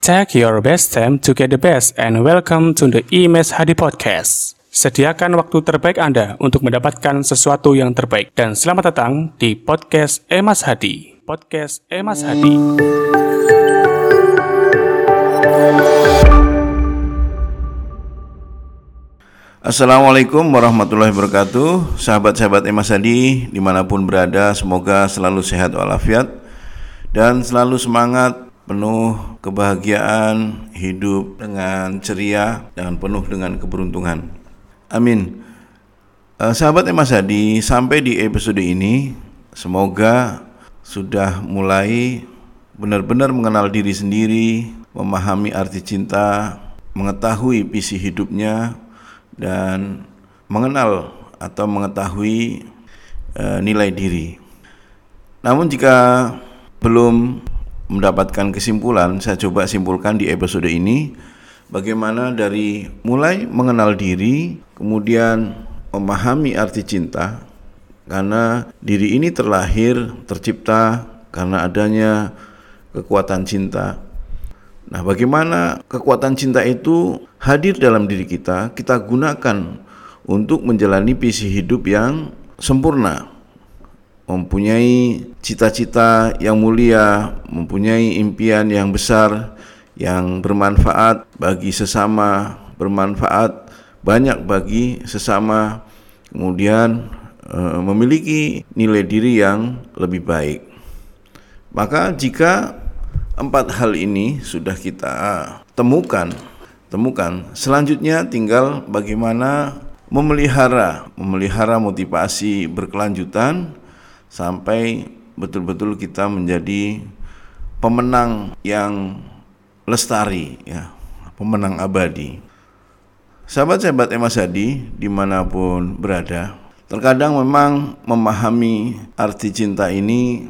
Take your best time to get the best and welcome to the Emas Hadi Podcast. Sediakan waktu terbaik Anda untuk mendapatkan sesuatu yang terbaik. Dan selamat datang di Podcast Emas Hadi. Podcast Emas Hadi. Assalamualaikum warahmatullahi wabarakatuh. Sahabat-sahabat Emas Hadi dimanapun berada, semoga selalu sehat walafiat dan selalu semangat, penuh kebahagiaan, hidup dengan ceria dan penuh dengan keberuntungan. Amin. Sahabat Emas Hadi, sampai di episode ini semoga sudah mulai benar-benar mengenal diri sendiri, memahami arti cinta, mengetahui visi hidupnya, dan mengenal atau mengetahui nilai diri. Namun jika belum mendapatkan kesimpulan, saya coba simpulkan di episode ini bagaimana dari mulai mengenal diri, kemudian memahami arti cinta, karena diri ini tercipta karena adanya kekuatan cinta. Nah, bagaimana kekuatan cinta itu hadir dalam diri kita gunakan untuk menjalani visi hidup yang sempurna, mempunyai cita-cita yang mulia, mempunyai impian yang besar, yang bermanfaat bagi sesama, bermanfaat banyak bagi sesama, kemudian memiliki nilai diri yang lebih baik. Maka jika 4 hal ini sudah kita temukan, selanjutnya tinggal bagaimana memelihara motivasi berkelanjutan sampai betul-betul kita menjadi pemenang yang lestari, ya, pemenang abadi. Sahabat-sahabat Emas Hadi dimanapun berada, terkadang memang memahami arti cinta ini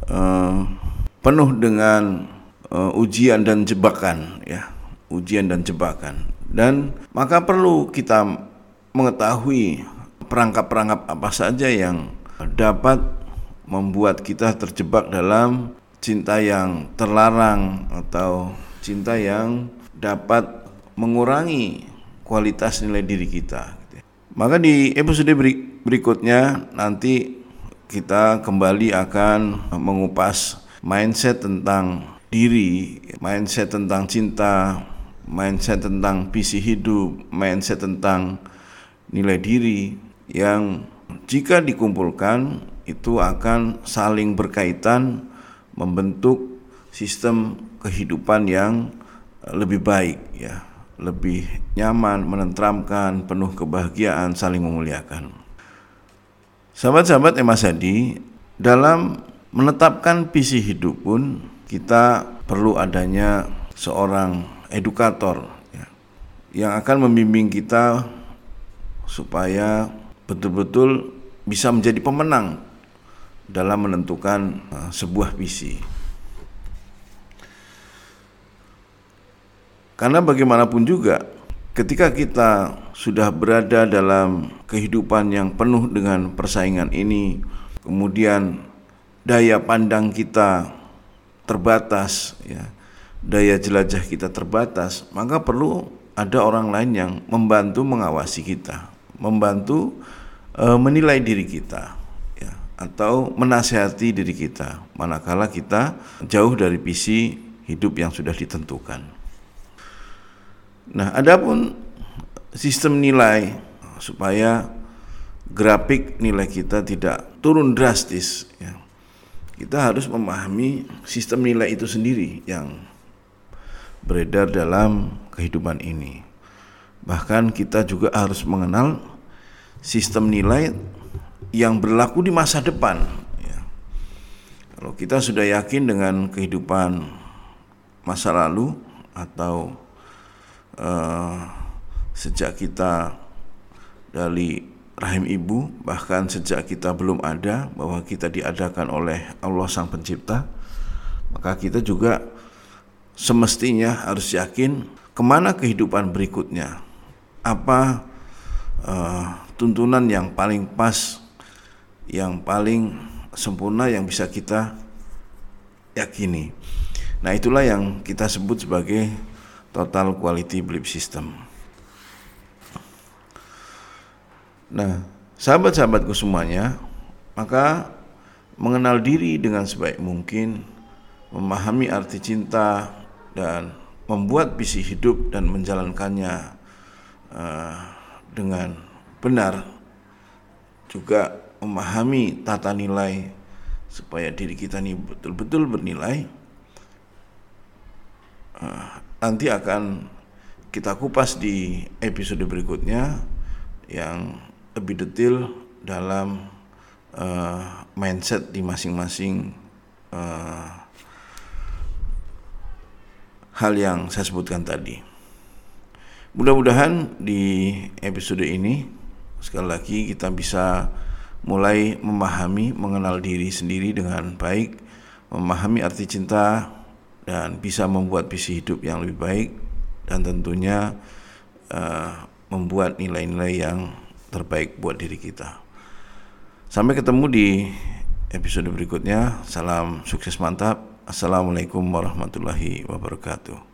penuh dengan ujian dan jebakan, ya, dan maka perlu kita mengetahui perangkap-perangkap apa saja yang dapat membuat kita terjebak dalam cinta yang terlarang atau cinta yang dapat mengurangi kualitas nilai diri kita. Maka di episode berikutnya nanti kita kembali akan mengupas mindset tentang diri, mindset tentang cinta, mindset tentang visi hidup, mindset tentang nilai diri yang jika dikumpulkan itu akan saling berkaitan membentuk sistem kehidupan yang lebih baik, ya, lebih nyaman, menenteramkan, penuh kebahagiaan, saling memuliakan. Sahabat-sahabat Emas Hadi, dalam menetapkan visi hidup pun kita perlu adanya seorang edukator, ya, yang akan membimbing kita supaya betul-betul bisa menjadi pemenang dalam menentukan sebuah visi. Karena bagaimanapun juga ketika kita sudah berada dalam kehidupan yang penuh dengan persaingan ini, kemudian daya pandang kita terbatas, ya, daya jelajah kita terbatas, maka perlu ada orang lain yang membantu mengawasi kita, membantu menilai diri kita, ya, atau menasihati diri kita manakala kita jauh dari visi hidup yang sudah ditentukan. Nah, adapun sistem nilai supaya grafik nilai kita tidak turun drastis, ya, kita harus memahami sistem nilai itu sendiri yang beredar dalam kehidupan ini. Bahkan kita juga harus mengenal sistem nilai yang berlaku di masa depan, ya. Kalau kita sudah yakin dengan kehidupan masa lalu atau sejak kita dari rahim ibu, bahkan sejak kita belum ada, bahwa kita diadakan oleh Allah Sang Pencipta, maka kita juga semestinya harus yakin kemana kehidupan berikutnya, apa tuntunan yang paling pas, yang paling sempurna yang bisa kita yakini. Nah, itulah yang kita sebut sebagai total quality belief system. Nah, sahabat-sahabatku semuanya, maka mengenal diri dengan sebaik mungkin, memahami arti cinta, dan membuat visi hidup dan menjalankannya dengan benar, juga memahami tata nilai supaya diri kita ini betul-betul bernilai. Nanti akan kita kupas di episode berikutnya yang lebih detail dalam mindset di masing-masing hal yang saya sebutkan tadi. Mudah-mudahan di episode ini sekali lagi kita bisa mulai memahami, mengenal diri sendiri dengan baik, memahami arti cinta, dan bisa membuat visi hidup yang lebih baik, dan tentunya membuat nilai-nilai yang terbaik buat diri kita. Sampai ketemu di episode berikutnya. Salam sukses mantap. Assalamualaikum warahmatullahi wabarakatuh.